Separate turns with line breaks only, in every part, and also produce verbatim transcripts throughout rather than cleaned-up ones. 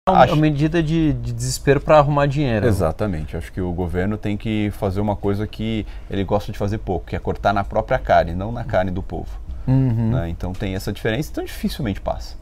Acho... uma medida de, de desespero para arrumar dinheiro.
Exatamente. Acho que o governo tem que fazer uma coisa que ele gosta de fazer pouco, que é cortar na própria carne, não na carne do povo.
Uhum.
Né? Então tem essa diferença, então dificilmente passa.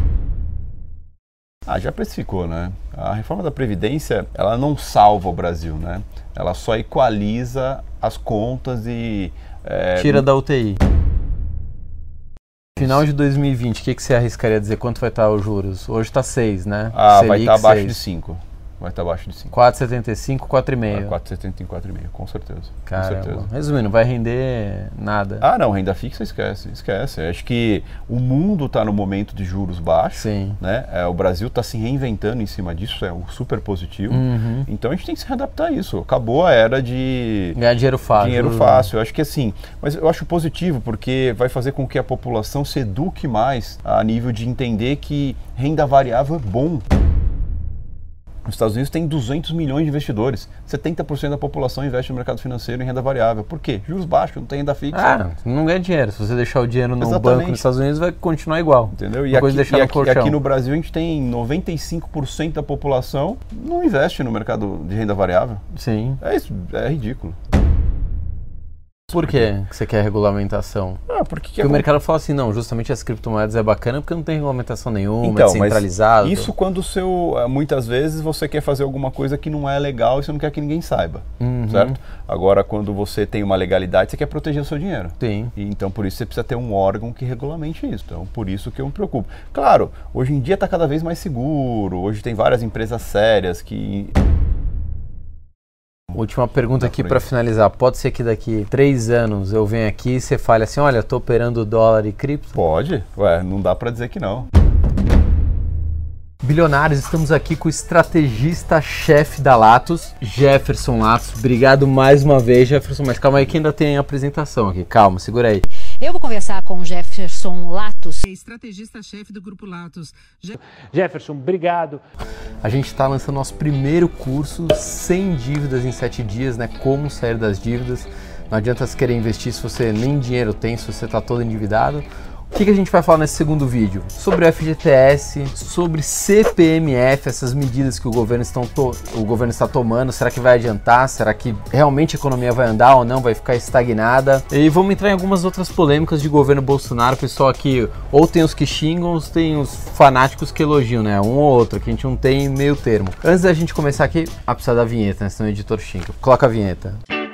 Ah, já precificou, né? A reforma da Previdência, ela não salva o Brasil, né? Ela só equaliza as contas e... É...
tira da U T I. Final de dois mil e vinte, o que, que você arriscaria dizer? Quanto vai estar os juros? Hoje está seis, né?
Ah,
Selic,
vai estar abaixo
seis.
de cinco. Vai estar abaixo de cinco.
quatro vírgula setenta e cinco, quatro vírgula cinco.
quatro vírgula setenta e quatro vírgula cinco, com certeza.
Caramba.
Com certeza.
Resumindo, não vai render nada.
Ah, não, renda fixa esquece, esquece. Acho que o mundo está no momento de juros baixos.
Sim.
Né? É, o Brasil está se reinventando em cima disso, é um super positivo.
Uhum.
Então a gente tem que se readaptar a isso. Acabou a era de...
ganhar dinheiro fácil.
Dinheiro fácil. Eu acho que assim, mas eu acho positivo porque vai fazer com que a população se eduque mais a nível de entender que renda variável é bom. Os Estados Unidos tem duzentos milhões de investidores. setenta por cento da população investe no mercado financeiro em renda variável. Por quê? Juros baixos, não tem renda fixa.
Ah, não ganha dinheiro. Se você deixar o dinheiro no
Exatamente.
banco nos Estados Unidos, vai continuar igual.
Entendeu? E,
Uma coisa
aqui,
deixar
e,
no
aqui,
colchão.
e aqui no Brasil a gente tem noventa e cinco por cento da população não investe no mercado de renda variável.
Sim.
É isso, é ridículo.
Por que você quer regulamentação?
Ah, porque
porque o mercado fala assim, não, justamente as criptomoedas é bacana porque não tem regulamentação nenhuma,
então,
é descentralizado.
Mas isso quando o seu, muitas vezes você quer fazer alguma coisa que não é legal e você não quer que ninguém saiba,
uhum.
certo? Agora, quando você tem uma legalidade, você quer proteger o seu dinheiro.
Sim.
E, então, por isso você precisa ter um órgão que regulamente isso. Então, por isso que eu me preocupo. Claro, hoje em dia está cada vez mais seguro, hoje tem várias empresas sérias que...
Última pergunta aqui para finalizar. Pode ser que daqui três anos eu venha aqui e você fale assim, olha, estou operando dólar e cripto?
Pode. Ué, não dá para dizer que não.
Bilionários, estamos aqui com o estrategista-chefe da Latos, Jefferson Latos. Obrigado mais uma vez, Jefferson. Mas calma aí que ainda tem a apresentação aqui. Calma, segura aí.
Eu vou conversar com o Jefferson Latos,
estrategista-chefe do Grupo Latos. Je...
Jefferson, obrigado. A gente está lançando nosso primeiro curso, sem dívidas em sete dias, né? Como sair das dívidas. Não adianta você querer investir se você nem dinheiro tem, se você está todo endividado. O que, que a gente vai falar nesse segundo vídeo? Sobre o F G T S, sobre C P M F, essas medidas que o governo, estão to- o governo está tomando. Será que vai adiantar? Será que realmente a economia vai andar ou não? Vai ficar estagnada? E vamos entrar em algumas outras polêmicas de governo Bolsonaro. O pessoal aqui, ou tem os que xingam, ou tem os fanáticos que elogiam, né? Um ou outro, que a gente não tem meio termo. Antes da gente começar aqui, a precisar da vinheta, né? Senão o editor xinga. Coloca a vinheta.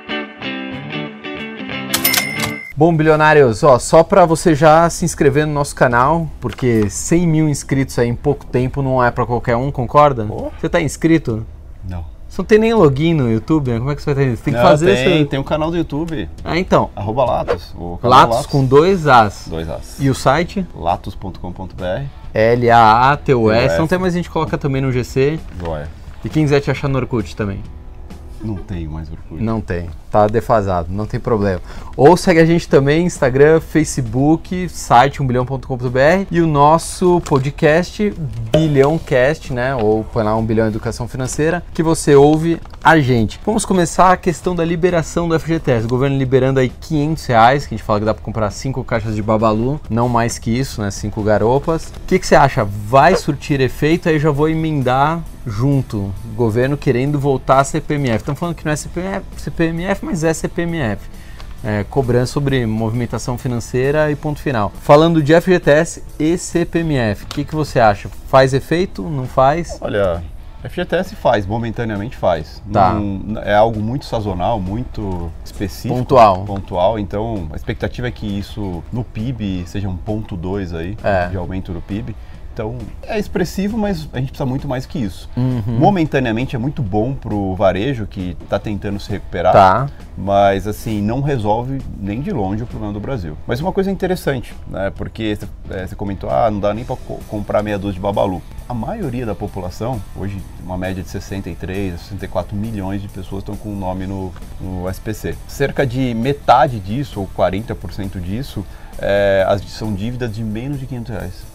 Bom, bilionários, ó, só para você já se inscrever no nosso canal, porque cem mil inscritos aí em pouco tempo não é para qualquer um, concorda?
Oh.
Você tá inscrito?
Não.
Você não tem nem login no YouTube, né? Como é que você vai ter isso? Tem que
não,
fazer
tem,
isso.
Tem um canal do YouTube.
Ah, então.
Arroba Latos. O canal
Latos, Latos com dois As.
Dois As.
E o site?
latos ponto com ponto b r.
L A A T U S. Não tem mais, a gente coloca também no G C.
Joia.
E quem quiser te achar no Orkut também.
Não tenho mais Orkut.
Não tem, tá defasado, não tem problema. Ou segue a gente também, Instagram, Facebook, site um bilhão ponto com ponto b r e o nosso podcast BilhãoCast, né? Ou põe lá um bilhão educação financeira, que você ouve a gente. Vamos começar a questão da liberação do F G T S. O governo liberando aí quinhentos reais, que a gente fala que dá para comprar cinco caixas de Babalu, não mais que isso, né? Cinco garopas. O que, que você acha? Vai surtir efeito? Aí já vou emendar junto, o governo querendo voltar a C P M F. Estão falando que não é C P M F, mas é C P M F. É, cobrança sobre movimentação financeira e ponto final. Falando de F G T S e C P M F, o que, que você acha? Faz efeito? Não faz?
Olha, F G T S faz, momentaneamente faz.
Tá.
Não, é algo muito sazonal, muito específico.
Pontual.
Pontual. Então, a expectativa é que isso no P I B seja um ponto dois aí,
é.
de aumento do P I B. Então, é expressivo, mas a gente precisa muito mais que isso.
Uhum.
Momentaneamente é muito bom pro varejo que está tentando se recuperar,
tá.
mas assim, não resolve nem de longe o problema do Brasil. Mas uma coisa interessante, né, porque é, você comentou, ah, não dá nem para co- comprar meia dúzia de Babalu. A maioria da população, hoje uma média de sessenta e três, sessenta e quatro milhões de pessoas estão com o nome no, no S P C. Cerca de metade disso, ou quarenta por cento disso, é, as, são dívidas de menos de quinhentos reais.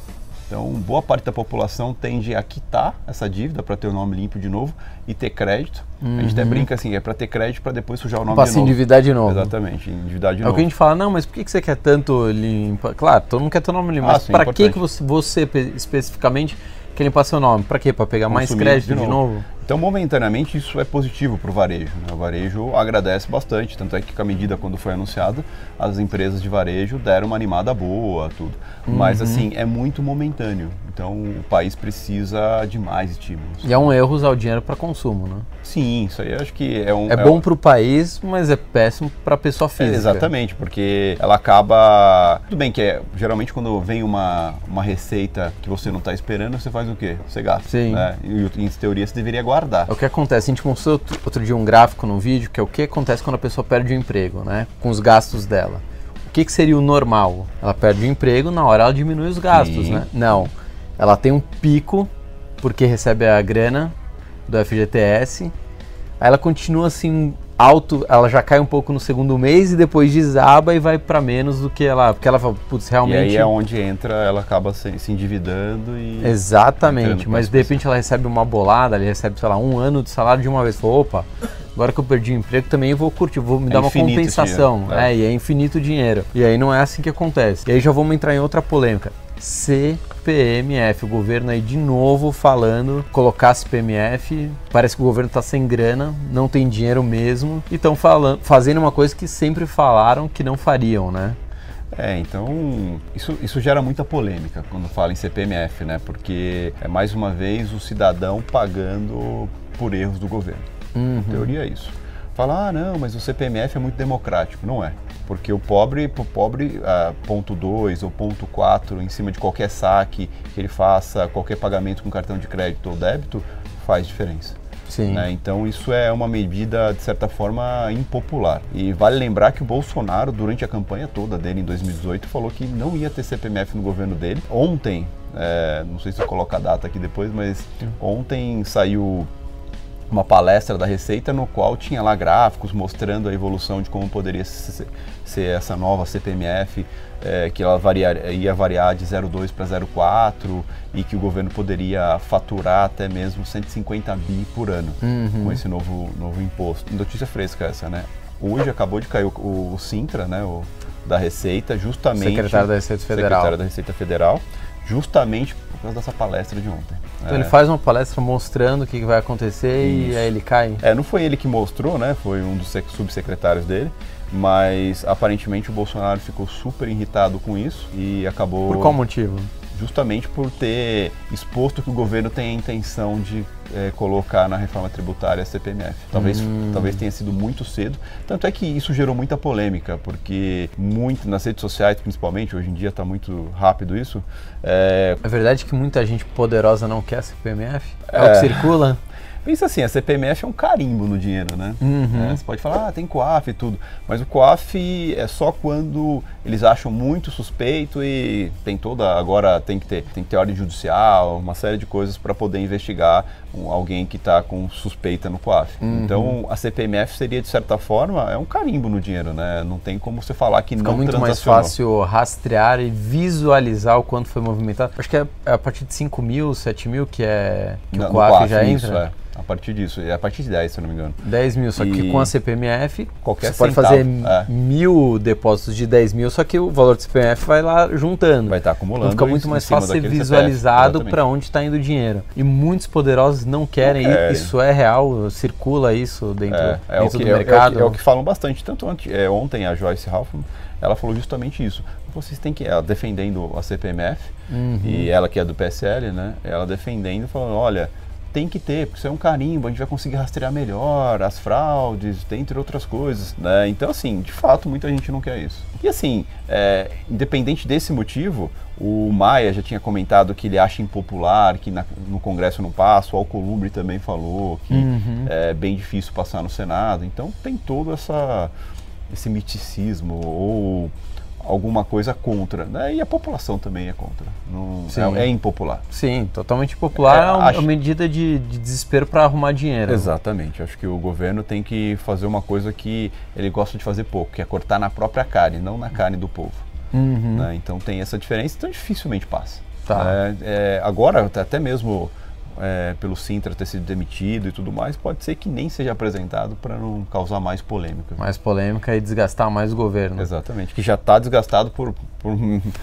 Então, boa parte da população tende a quitar essa dívida para ter o nome limpo de novo e ter crédito. Uhum. A gente até brinca assim, é para ter crédito para depois sujar o nome
pra
de
se
novo.
endividar de novo.
Exatamente, endividar de
é
novo.
É o que a gente fala, não, mas por que você quer tanto limpar? Claro, todo mundo quer ter o nome limpo, ah, mas para que, que você, você especificamente quer limpar seu nome? Para quê? Para pegar Consumir mais crédito de novo. de novo?
Então, momentaneamente, isso é positivo para o varejo, né? O varejo agradece bastante, tanto é que com a medida, quando foi anunciada, as empresas de varejo deram uma animada boa, tudo. Uhum. Mas, assim, é muito momentâneo. Então, o país precisa de mais estímulos.
E é um erro usar o dinheiro para consumo, né?
Sim, isso aí eu acho que é um...
É, é bom um... para o país, mas é péssimo para a pessoa física.
É, exatamente, porque ela acaba... Tudo bem que é, geralmente quando vem uma, uma receita que você não está esperando, você faz o quê? Você gasta.
Sim.
Né? E, em teoria, você deveria guardar.
É o que acontece, a gente mostrou outro dia um gráfico no vídeo, que é o que acontece quando a pessoa perde o emprego, né? Com os gastos dela. O que, que seria o normal? Ela perde o emprego, na hora ela diminui os gastos, Sim. né? Não, ela tem um pico, porque recebe a grana do F G T S, aí ela continua assim, alto, ela já cai um pouco no segundo mês e depois desaba e vai para menos do que ela, porque ela fala, putz, realmente...
E aí é onde entra, ela acaba se, se endividando e...
Exatamente, mas de repente ela recebe uma bolada, ela recebe, sei lá, um ano de salário de uma vez, fala, opa, agora que eu perdi o emprego também eu vou curtir, vou me é dar uma compensação, dinheiro, é. é, e é infinito dinheiro. E aí não é assim que acontece. E aí já vamos entrar em outra polêmica. C P M F, o governo aí de novo falando, colocar C P M F, parece que o governo está sem grana, não tem dinheiro mesmo, e estão fazendo uma coisa que sempre falaram que não fariam, né?
É, então isso, isso gera muita polêmica quando fala em C P M F, né? Porque é mais uma vez o cidadão pagando por erros do governo. Uhum. Em teoria é isso. Fala, ah não, mas o C P M F é muito democrático. Não é. Porque o pobre, pro pobre, ah, ponto dois ou ponto quatro, em cima de qualquer saque que ele faça, qualquer pagamento com cartão de crédito ou débito, faz diferença.
Sim.
Né? Então isso é uma medida, de certa forma, impopular. E vale lembrar que o Bolsonaro, durante a campanha toda dele em dois mil e dezoito, falou que não ia ter C P M F no governo dele. Ontem, é, não sei se eu coloco a data aqui depois, mas ontem saiu uma palestra da Receita no qual tinha lá gráficos mostrando a evolução de como poderia ser, ser essa nova C P M F, é, que ela variar, ia variar de zero vírgula dois para zero vírgula quatro e que o governo poderia faturar até mesmo cento e cinquenta bi por ano uhum. com esse novo, novo imposto. Notícia fresca essa, né? Hoje acabou de cair o, o Sintra, né, o, da Receita, justamente...
Secretário da Receita Federal.
Secretário da Receita Federal, justamente por causa dessa palestra de ontem.
Então
é.
ele faz uma palestra mostrando o que vai acontecer Isso. e aí ele cai?
É, não foi ele que mostrou, né? Foi um dos subsecretários dele, mas aparentemente o Bolsonaro ficou super irritado com isso e acabou...
Por qual motivo?
Justamente por ter exposto que o governo tem a intenção de é, colocar na reforma tributária a C P M F. Talvez, hum. talvez tenha sido muito cedo. Tanto é que isso gerou muita polêmica, porque muito nas redes sociais, principalmente, hoje em dia está muito rápido isso. É...
é verdade que muita gente poderosa não quer C P M F? É, é o que circula?
Pensa assim, a C P M F é um carimbo no dinheiro, né?
Uhum.
É, você pode falar, ah, tem COAF e tudo, mas o COAF é só quando eles acham muito suspeito e tem toda, agora tem que ter, tem que ter ordem judicial, uma série de coisas para poder investigar um, alguém que está com suspeita no COAF. Uhum. Então, a C P M F seria, de certa forma, é um carimbo no dinheiro, né? Não tem como você falar que
Fica
não
muito mais fácil rastrear e visualizar o quanto foi movimentado. Acho que é a partir de cinco mil, sete mil que, é, que não, o COAF, COAF já
isso,
entra.
É. A partir disso, é a partir de dez, se eu não me engano.
dez mil, só e que com a C P M F,
qualquer
você pode
centavo,
fazer
é.
mil depósitos de dez mil, só que o valor do C P M F vai lá juntando.
Vai estar acumulando.
Então fica muito mais fácil ser visualizado para onde está indo o dinheiro. E muitos poderosos não querem, não querem. Isso é real, circula isso dentro,
é, é
dentro
que,
do
é,
mercado.
É o, que, é o que falam bastante. Tanto ontem, é, ontem a Joyce Hoffman, ela falou justamente isso. Vocês têm que, ela defendendo a C P M F, uhum. e ela que é do P S L, né? Ela defendendo, falando, olha... Tem que ter, porque isso é um carimbo, a gente vai conseguir rastrear melhor as fraudes, entre outras coisas, né? Então, assim, de fato, muita gente não quer isso. E assim, é, independente desse motivo, o Maia já tinha comentado que ele acha impopular, que na, no Congresso não passa, o Alcolumbre também falou que uhum. é bem difícil passar no Senado. Então, tem todo essa, esse miticismo ou... alguma coisa contra, né? E a população também é contra, não, é, é impopular.
Sim, totalmente impopular, é, é uma acho... medida de, de desespero para arrumar dinheiro.
Exatamente, acho que o governo tem que fazer uma coisa que ele gosta de fazer pouco, que é cortar na própria carne, não na carne do povo. Uhum. Né? Então tem essa diferença, então dificilmente passa.
Tá.
É, é, agora, até mesmo é, pelo Sintra ter sido demitido e tudo mais, pode ser que nem seja apresentado para não causar mais polêmica.
Mais polêmica e desgastar mais o governo.
Exatamente, que já está desgastado por, por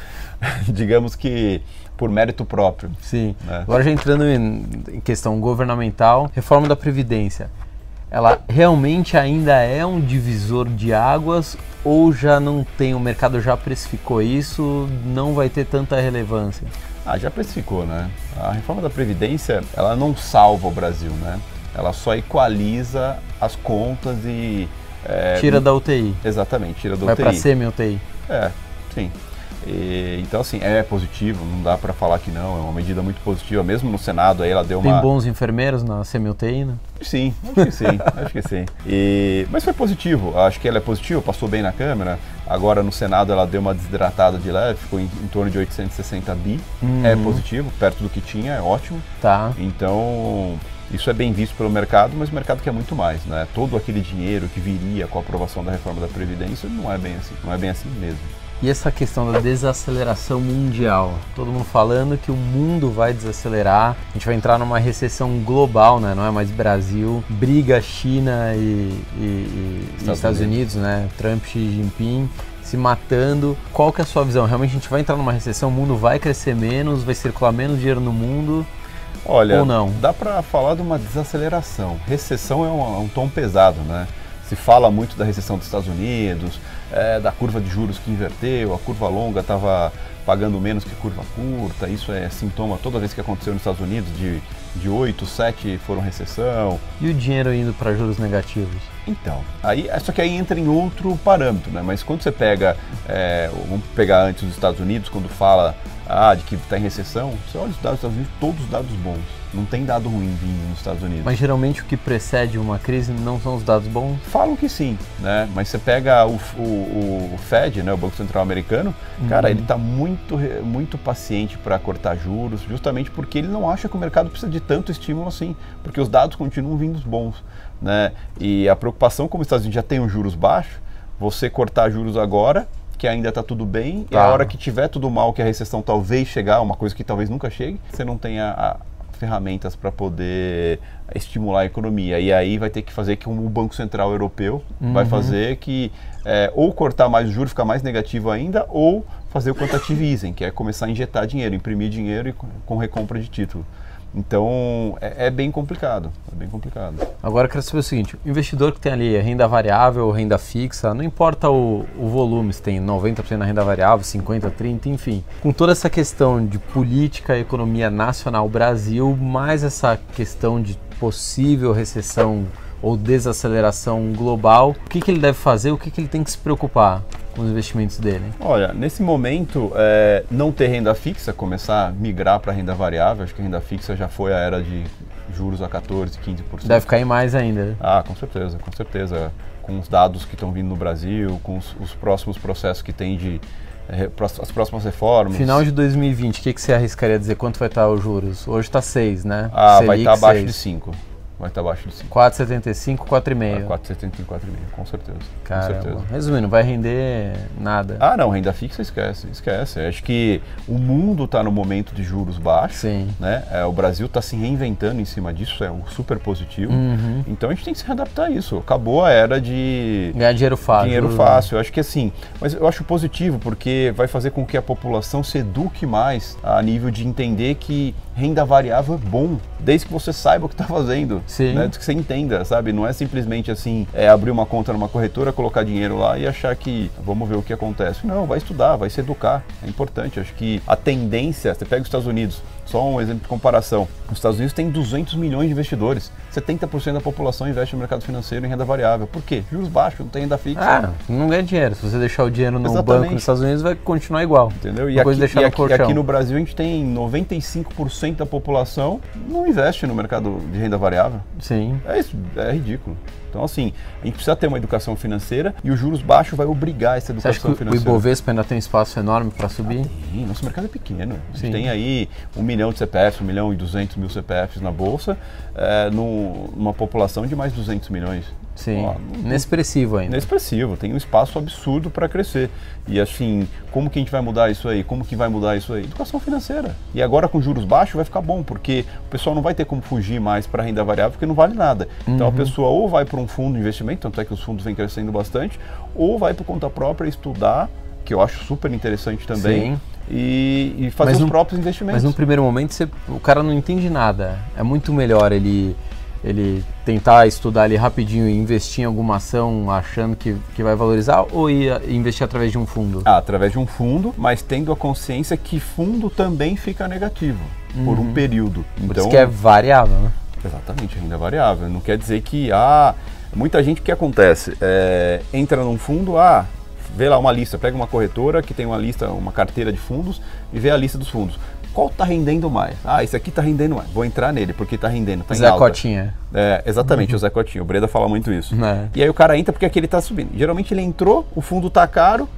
digamos que, por mérito próprio.
Sim.
Né?
Agora já entrando em, em questão governamental, reforma da Previdência. Ela realmente ainda é um divisor de águas ou já não tem, o mercado já precificou isso, não vai ter tanta relevância?
Ah, já precificou, né? A reforma da Previdência, ela não salva o Brasil, né? Ela só equaliza as contas e... É,
tira da U T I.
Exatamente, tira da
vai
U T I.
Vai para semi-U T I.
É, sim. E, então, assim, é positivo, não dá para falar que não, é uma medida muito positiva, mesmo no Senado aí ela deu
Tem
uma...
bons enfermeiros na semi-U T I, né?
Sim, acho que sim, acho que sim. E, mas foi positivo, acho que ela é positiva, passou bem na Câmara, agora no Senado ela deu uma desidratada de leve, ficou em, em torno de oitocentos e sessenta bi, uhum. É positivo, perto do que tinha, é ótimo.
Tá.
Então... Isso é bem visto pelo mercado, mas o mercado quer muito mais, né? Todo aquele dinheiro que viria com a aprovação da reforma da Previdência não é bem assim, não é bem assim mesmo.
E essa questão da desaceleração mundial? Todo mundo falando que o mundo vai desacelerar, a gente vai entrar numa recessão global, né? Não é mais Brasil, briga China e, e, e Estados, Estados Unidos. Unidos, né? Trump, Xi Jinping se matando. Qual que é a sua visão? Realmente a gente vai entrar numa recessão, o mundo vai crescer menos, vai circular menos dinheiro no mundo?
Olha,
ou não?
Dá para falar de uma desaceleração. Recessão é um, é um tom pesado, né? Se fala muito da recessão dos Estados Unidos, é, da curva de juros que inverteu, a curva longa estava pagando menos que a curva curta, isso é sintoma toda vez que aconteceu nos Estados Unidos, de, de oito, sete foram recessão.
E o dinheiro indo para juros negativos?
Então, aí, só que aí entra em outro parâmetro, né? Mas quando você pega, é, vamos pegar antes os Estados Unidos, quando fala ah, de que está em recessão, você olha os dados dos Estados Unidos, todos os dados bons. Não tem dado ruim vindo nos Estados Unidos.
Mas geralmente o que precede uma crise não são os dados bons?
Falam que sim, né? Mas você pega o, o, o Fed, né, o Banco Central Americano, uhum. Cara, ele está muito, muito paciente para cortar juros, justamente porque ele não acha que o mercado precisa de tanto estímulo assim, porque os dados continuam vindo bons, né? E a preocupação, como os Estados Unidos já tem os juros baixos, você cortar juros agora, que ainda está tudo bem, tá. E a hora que tiver tudo mal, que a recessão talvez chegar, uma coisa que talvez nunca chegue, você não tenha a ferramentas para poder estimular a economia. E aí vai ter que fazer como o Banco Central Europeu uhum. vai fazer, que é, ou cortar mais o juro, ficar mais negativo ainda, ou fazer o quantitative easing, que é começar a injetar dinheiro, imprimir dinheiro e com, com recompra de título. Então é, é bem complicado, é bem complicado.
Agora eu quero saber o seguinte, o investidor que tem ali renda variável, renda fixa, não importa o, o volume, se tem noventa por cento na renda variável, cinquenta, trinta, enfim. Com toda essa questão de política, economia nacional, Brasil, mais essa questão de possível recessão ou desaceleração global, o que, que ele deve fazer, o que, que ele tem que se preocupar com os investimentos dele?
Olha, nesse momento, é, não ter renda fixa, começar a migrar para renda variável, acho que a renda fixa já foi a era de juros a quatorze, quinze por cento.
Deve cair mais ainda.
Ah, com certeza, com certeza. Com os dados que estão vindo no Brasil, com os, os próximos processos que tem de é, as próximas reformas.
Final de dois mil e vinte, o que, que você arriscaria dizer? Quanto vai estar os juros? Hoje está seis, né?
Ah, Selic, vai estar abaixo seis. De cinco. Vai estar abaixo de cinco.
quatro vírgula setenta e cinco, quatro vírgula cinco.
quatro vírgula setenta e cinco, quatro vírgula cinco, com certeza.
Caramba.
Com certeza.
Resumindo, não vai render nada.
Ah, não, renda fixa esquece, esquece. Acho que o mundo está no momento de juros baixos.
Sim.
Né? É, o Brasil está se reinventando em cima disso, é um super positivo.
Uhum.
Então a gente tem que se readaptar a isso. Acabou a era de...
ganhar dinheiro fácil.
Dinheiro fácil. Eu acho que assim, mas eu acho positivo porque vai fazer com que a população se eduque mais a nível de entender que renda variável é bom, desde que você saiba o que está fazendo.
Sim.
Né? Desde que você entenda, sabe? Não é simplesmente assim, é abrir uma conta numa corretora, colocar dinheiro lá e achar que vamos ver o que acontece. Não, vai estudar, vai se educar. É importante. Acho que a tendência, você pega os Estados Unidos, só um exemplo de comparação. Os Estados Unidos têm duzentos milhões de investidores. setenta por cento da população investe no mercado financeiro em renda variável. Por quê? Juros baixos, não tem renda fixa.
Ah, não ganha dinheiro. Se você deixar o dinheiro no
Exatamente.
banco nos Estados Unidos, vai continuar igual.
Entendeu? E, aqui,
deixar
e,
no
aqui,
colchão.
e aqui no Brasil a gente tem noventa e cinco por cento da população não investe no mercado de renda variável.
Sim.
É isso, é ridículo. Então, assim, a gente precisa ter uma educação financeira e os juros baixos vai obrigar essa educação
Você acha que
financeira.
O Ibovespa ainda tem espaço enorme para subir?
Ah, tem. Nosso mercado é pequeno. A gente
Sim.
tem aí um, milhão de C P Fs, um milhão e duzentos mil C P Fs na bolsa, é, no, numa população de mais de duzentos milhões.
Sim,
Ó,
inexpressivo ainda.
Inexpressivo, tem um espaço absurdo para crescer. E assim, como que a gente vai mudar isso aí? Como que vai mudar isso aí? Educação financeira. E agora com juros baixos vai ficar bom, porque o pessoal não vai ter como fugir mais para renda variável, porque não vale nada. Uhum. Então a pessoa ou vai para um fundo de investimento, tanto é que os fundos vêm crescendo bastante, ou vai por conta própria estudar, que eu acho super interessante também. Sim. E, e fazer mas os no, próprios investimentos.
Mas no primeiro momento você, o cara não entende nada. É muito melhor ele... ele tentar estudar ali rapidinho e investir em alguma ação achando que, que vai valorizar, ou ir investir através de um fundo?
Ah, através de um fundo, mas tendo a consciência que fundo também fica negativo uhum. por um período.
Por então, isso que é variável, né?
Exatamente, renda variável. Não quer dizer que, ah, muita gente, o que acontece? É, entra num fundo, ah, vê lá uma lista, pega uma corretora que tem uma lista, uma carteira de fundos e vê a lista dos fundos. Qual está rendendo mais? Ah, esse aqui está rendendo mais. Vou entrar nele porque está rendendo, está em
Zé
alta.
Cotinha.
É, exatamente, uhum. o Zé Cotinha. O Breda fala muito isso.
É.
E aí o cara entra porque aquele está subindo. Geralmente ele entrou, o fundo está caro,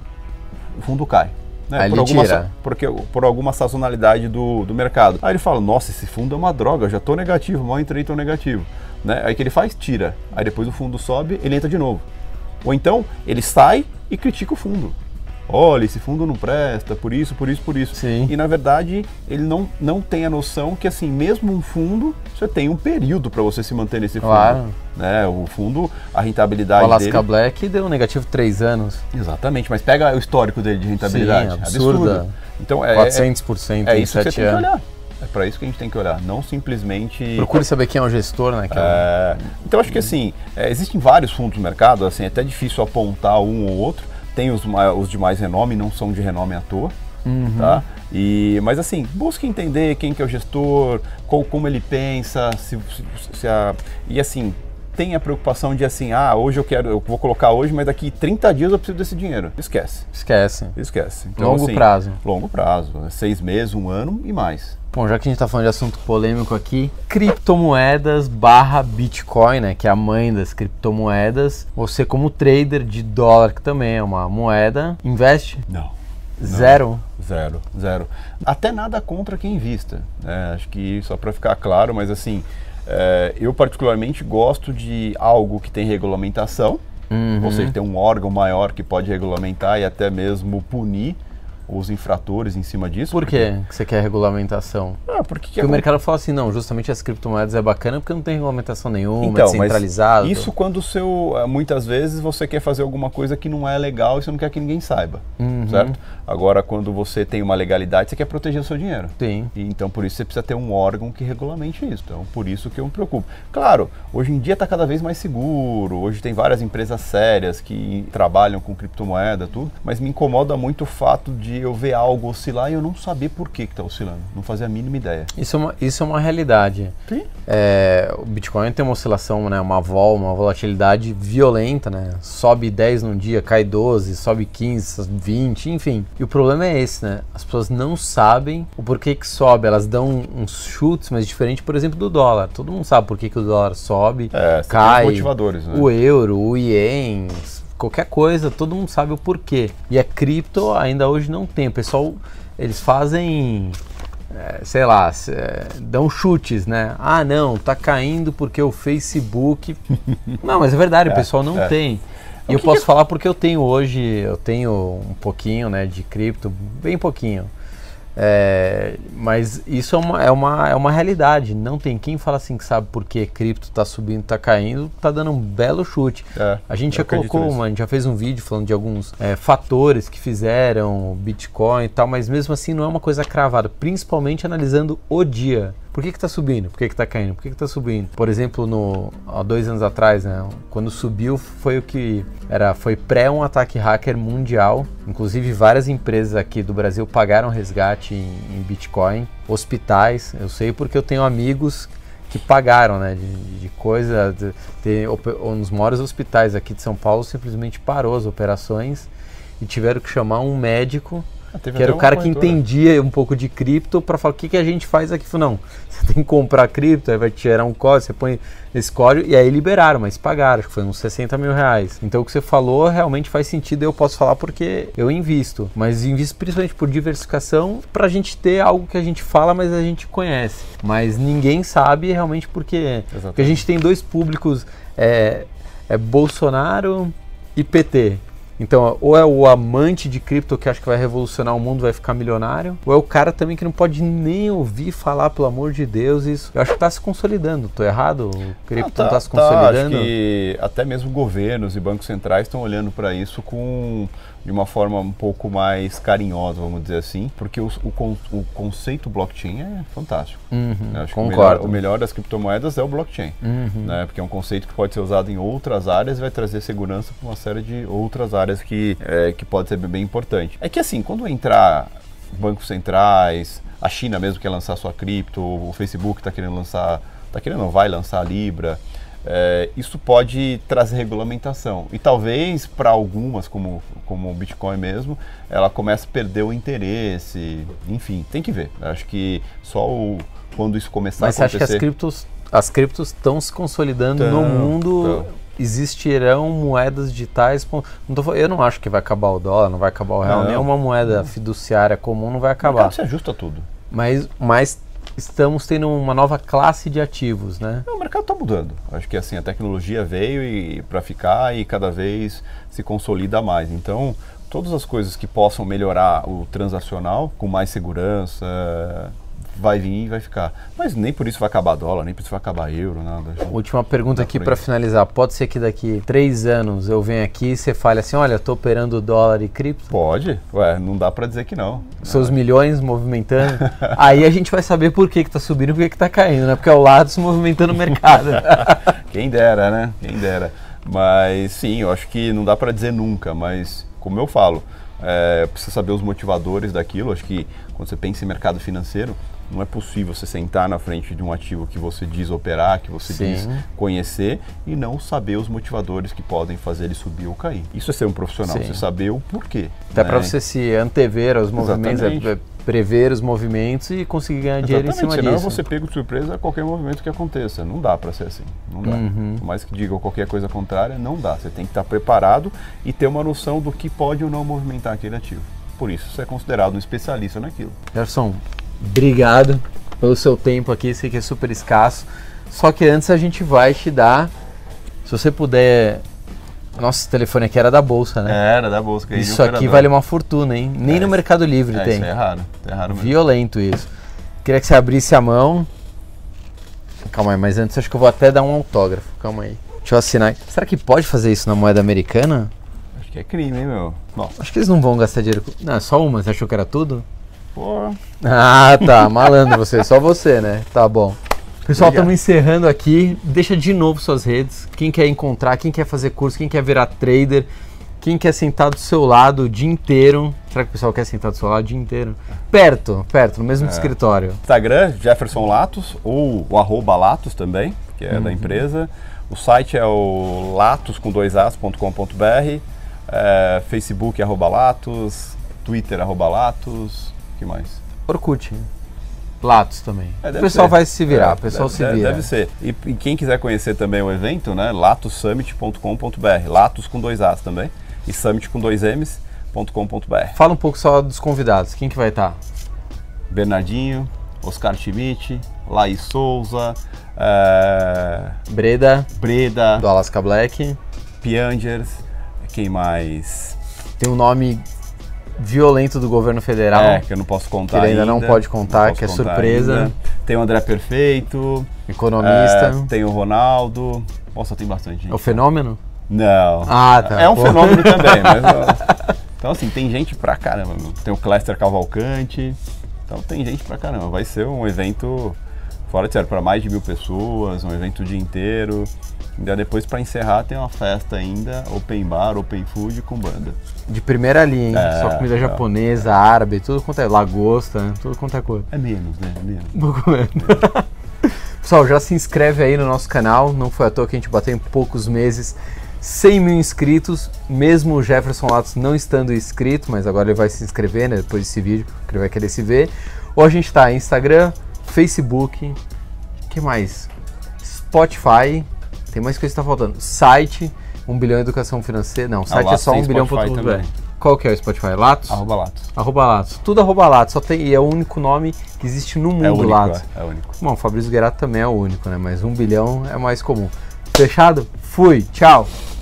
o fundo cai. Né?
Aí
por,
ele
alguma,
tira.
Porque, por alguma sazonalidade do, do mercado. Aí ele fala, nossa, esse fundo é uma droga, eu já estou negativo, mal entrei, estou negativo. Né? Aí o que ele faz? Tira. Aí depois o fundo sobe, ele entra de novo. Ou então ele sai e critica o fundo. Olha, esse fundo não presta, por isso, por isso, por isso.
Sim.
E na verdade, ele não, não tem a noção que assim, mesmo um fundo, você tem um período para você se manter nesse fundo.
Claro.
Né? O fundo, a rentabilidade
o Alaska
dele...
Black deu negativo três anos.
Exatamente, mas pega o histórico dele de rentabilidade.
Sim, absurda.
Absurdo. Então, é,
quatrocentos por cento
é, é
em
isso que você
sete
tem que
anos.
olhar. É para isso que a gente tem que olhar, não simplesmente...
Procure saber quem é o gestor, né? Que
é... Então, acho que assim, é, existem vários fundos no mercado, assim, é até difícil apontar um ou outro. Tem os, os de mais renome, não são de renome à toa, uhum. tá? E, mas assim, busque entender quem que é o gestor, qual, como ele pensa, se, se, se a, e assim, tem a preocupação de assim, ah, hoje eu quero, eu vou colocar hoje, mas daqui trinta dias eu preciso desse dinheiro. Esquece.
Esquece.
Esquece. Então,
longo
assim,
prazo.
Longo prazo, né? Seis meses, um ano e mais.
Bom, já que a gente está falando de assunto polêmico aqui, criptomoedas barra Bitcoin, né, que é a mãe das criptomoedas. Você como trader de dólar, que também é uma moeda, investe?
Não.
Zero?
Não, zero, zero. Até nada contra quem invista, né? Acho que só para ficar claro, mas assim, é, eu particularmente gosto de algo que tem regulamentação, uhum. ou seja, tem um órgão maior que pode regulamentar e até mesmo punir os infratores em cima disso.
Por
porque...
que você quer regulamentação?
Ah, porque
porque é o mercado fala assim, não, justamente as criptomoedas é bacana porque não tem regulamentação nenhuma,
então,
é descentralizado.
Mas isso quando o seu, muitas vezes você quer fazer alguma coisa que não é legal e você não quer que ninguém saiba, uhum. certo? Agora, quando você tem uma legalidade, você quer proteger o seu dinheiro.
Sim.
E, então, por isso você precisa ter um órgão que regulamente isso. Então, por isso que eu me preocupo. Claro, hoje em dia está cada vez mais seguro, hoje tem várias empresas sérias que trabalham com criptomoeda, tudo, mas me incomoda muito o fato de eu ver algo oscilar e eu não saber por que está oscilando, não fazer a mínima ideia.
Isso é uma, isso é uma realidade.
Sim.
É, o Bitcoin tem uma oscilação, né, uma vol, uma volatilidade violenta, né? Sobe dez num dia, cai doze, sobe quinze, vinte, enfim. E o problema é esse, né? As pessoas não sabem o porquê que sobe, elas dão uns chutes, mas diferente, por exemplo, do dólar. Todo mundo sabe por que, que o dólar sobe,
é,
cai,
os motivadores, né?
O euro, o ien, qualquer coisa, todo mundo sabe o porquê. E a cripto ainda hoje não tem. O pessoal, eles fazem, é, sei lá, é, dão chutes, né? Ah, não, tá caindo porque o Facebook... Não, mas é verdade, é, o pessoal não é. tem. E eu posso que... falar porque eu tenho hoje, eu tenho um pouquinho, né, de cripto, bem pouquinho. É, mas isso é uma, é, uma, é uma realidade. Não tem quem fala assim que sabe por que cripto está subindo, está caindo, está dando um belo chute. É, a gente já colocou, uma, a gente já fez um vídeo falando de alguns é, fatores que fizeram Bitcoin e tal, mas mesmo assim não é uma coisa cravada, principalmente analisando o dia. Por que que está subindo? Por que que está caindo? Por que que está subindo? Por exemplo, no, há dois anos atrás, né, quando subiu foi o que era, foi pré um ataque hacker mundial. Inclusive várias empresas aqui do Brasil pagaram resgate em, em Bitcoin. Hospitais, eu sei porque eu tenho amigos que pagaram, né, de, de coisa, de, de, um dos maiores hospitais aqui de São Paulo simplesmente parou as operações e tiveram que chamar um médico
teve
que era
até
o cara
uma
que
corretora.
entendia um pouco de cripto para falar o que, que a gente faz aqui. Falou, não, você tem que comprar cripto, aí vai te gerar um código, você põe esse código, e aí liberaram, mas pagaram, acho que foi uns sessenta mil reais. Então o que você falou realmente faz sentido, eu posso falar porque eu invisto, mas invisto principalmente por diversificação, para a gente ter algo que a gente fala, mas a gente conhece. Mas ninguém sabe realmente porque, porque a gente tem dois públicos, é, é Bolsonaro e P T. Então, ou é o amante de cripto que acha que vai revolucionar o mundo, vai ficar milionário, ou é o cara também que não pode nem ouvir falar, pelo amor de Deus, isso. Eu acho que está se consolidando. Tô errado? O cripto não está se consolidando?
Tá, acho que até mesmo governos e bancos centrais estão olhando para isso com de uma forma um pouco mais carinhosa, vamos dizer assim, porque o, o, o conceito blockchain é fantástico.
Uhum,
Eu acho
concordo.
que o melhor, o melhor das criptomoedas é o blockchain,
Uhum.
né? Porque é um conceito que pode ser usado em outras áreas e vai trazer segurança para uma série de outras áreas que, é, que pode ser bem importante. É que assim, quando entrar bancos centrais, a China mesmo quer lançar sua cripto, o Facebook está querendo lançar, está querendo não, vai lançar a Libra, É, isso pode trazer regulamentação e talvez para algumas, como, como o Bitcoin mesmo, ela comece a perder o interesse, enfim, tem que ver. Acho que só o, quando isso começar
Mas
a acontecer...
Mas você acha que as criptos as criptos estão se consolidando
Tão,
no mundo?
tão.
Existirão moedas digitais? Não tô, eu não acho que vai acabar o dólar, não vai acabar o real,
não.
nenhuma moeda fiduciária comum não vai acabar.
O mercado se ajusta a tudo.
Mas, mas estamos tendo uma nova classe de ativos, né?
O mercado está mudando. Acho que assim, a tecnologia veio e para ficar e cada vez se consolida mais. Então, todas as coisas que possam melhorar o transacional com mais segurança, vai vir e vai ficar. Mas nem por isso vai acabar dólar, nem por isso vai acabar euro, nada.
Última pergunta aqui para finalizar. Pode ser que daqui três anos eu venha aqui e você fale assim, olha, estou operando dólar e cripto?
Pode. Ué, não dá para dizer que não.
Seus milhões movimentando. Aí a gente vai saber por que está subindo e por que está caindo, né? Porque é o lado se movimentando o mercado.
Quem dera, né? Quem dera. Mas sim, eu acho que não dá para dizer nunca, mas como eu falo, é, precisa saber os motivadores daquilo. Acho que quando você pensa em mercado financeiro, não é possível você sentar na frente de um ativo que você diz operar, que você
Sim.
diz conhecer e não saber os motivadores que podem fazer ele subir ou cair. Isso é ser um profissional,
Sim.
você saber o porquê.
Até
né?
para você se antever aos movimentos, é, é prever os movimentos e conseguir ganhar dinheiro em cima
senão
disso.
você pega de surpresa a qualquer movimento que aconteça. Não dá para ser assim, não dá.
Uhum.
Por mais que digam qualquer coisa contrária, não dá. Você tem que estar preparado e ter uma noção do que pode ou não movimentar aquele ativo. Por isso, você é considerado um especialista naquilo.
Gerson, obrigado pelo seu tempo aqui, sei que é super escasso. Só que antes a gente vai te dar, se você puder... Nossa, esse telefone aqui era da Bolsa, né?
Era da Bolsa.
Isso aqui operador. Vale uma fortuna, hein? Nem é, no Mercado Livre
é,
tem.
Isso é raro, é raro mesmo.
Violento isso. Queria que você abrisse a mão. Calma aí, mas antes acho que eu vou até dar um autógrafo. Calma aí. Deixa eu assinar. Será que pode fazer isso na moeda americana?
Acho que é crime, hein, meu? Bom.
Acho que eles não vão gastar dinheiro com... Não, é só uma. Você achou que era tudo?
Pô.
Ah, tá. Malandro você. Só você, né? Tá bom. Pessoal, estamos encerrando aqui. Deixa de novo suas redes. Quem quer encontrar, quem quer fazer curso, quem quer virar trader, quem quer sentar do seu lado o dia inteiro. Será que o pessoal quer sentar do seu lado o dia inteiro? Perto, perto, no mesmo é. escritório.
Instagram, Jefferson Latos, ou o arroba Latos também, que é uhum. da empresa. O site é o latos com dois as ponto com ponto br. É, Facebook, arroba Latos. Twitter, arroba Latos. O que mais?
Orkut. Latos também.
É,
o pessoal
ser.
vai se virar,
é,
o pessoal
deve,
se vira.
Deve ser. E, e quem quiser conhecer também o evento, né, latos summit ponto com ponto br. Latos com dois as também. E summit com dois m's ponto com ponto br.
Fala um pouco só dos convidados. Quem que vai estar?
Bernardinho, Oscar Schmidt, Laís Souza, é...
Breda,
Breda,
do Alaska Black,
Piangers, quem mais?
Tem um nome violento do governo federal.
É, que eu não posso contar
que ele ainda,
ainda
não pode contar,
não
que é
contar
surpresa.
Ainda. Tem o André Perfeito,
economista.
É, tem o Ronaldo. Nossa, tem bastante gente.
É o Fenômeno?
Não.
Ah, tá.
É um Pô. fenômeno também, mas... Então, assim, tem gente pra caramba. Tem o Cléster Cavalcante. Então, tem gente pra caramba. Vai ser um evento fora de sério, para mais de mil pessoas, um evento o dia inteiro. Ainda depois, para encerrar, tem uma festa ainda, open bar, open food com banda.
De primeira linha, hein?
É,
Só comida
é.
japonesa, árabe, tudo quanto é, lagosta, né? Tudo quanto é coisa.
É menos, né? É menos.
Um pouco menos. Pessoal, já se inscreve aí no nosso canal, não foi à toa que a gente bateu em poucos meses cem mil inscritos, mesmo o Jefferson Latos não estando inscrito, mas agora ele vai se inscrever, né, depois desse vídeo, que ele vai querer se ver. Ou a gente tá em Instagram, Facebook, que mais? Spotify, tem mais coisa que tá faltando. Site, um bilhão Educação Financeira, não, o site
ah,
é só um bilhão ponto com br. Qual que é o Spotify? Latos?
Arroba Latos.
Arroba Latos. Tudo arroba Latos, só tem, e é o único nome que existe no mundo,
é único,
Latos.
É, é único.
Bom, o Fabrício Guerato também é o único, né? Mas um bilhão é mais comum. Fechado? Fui, tchau!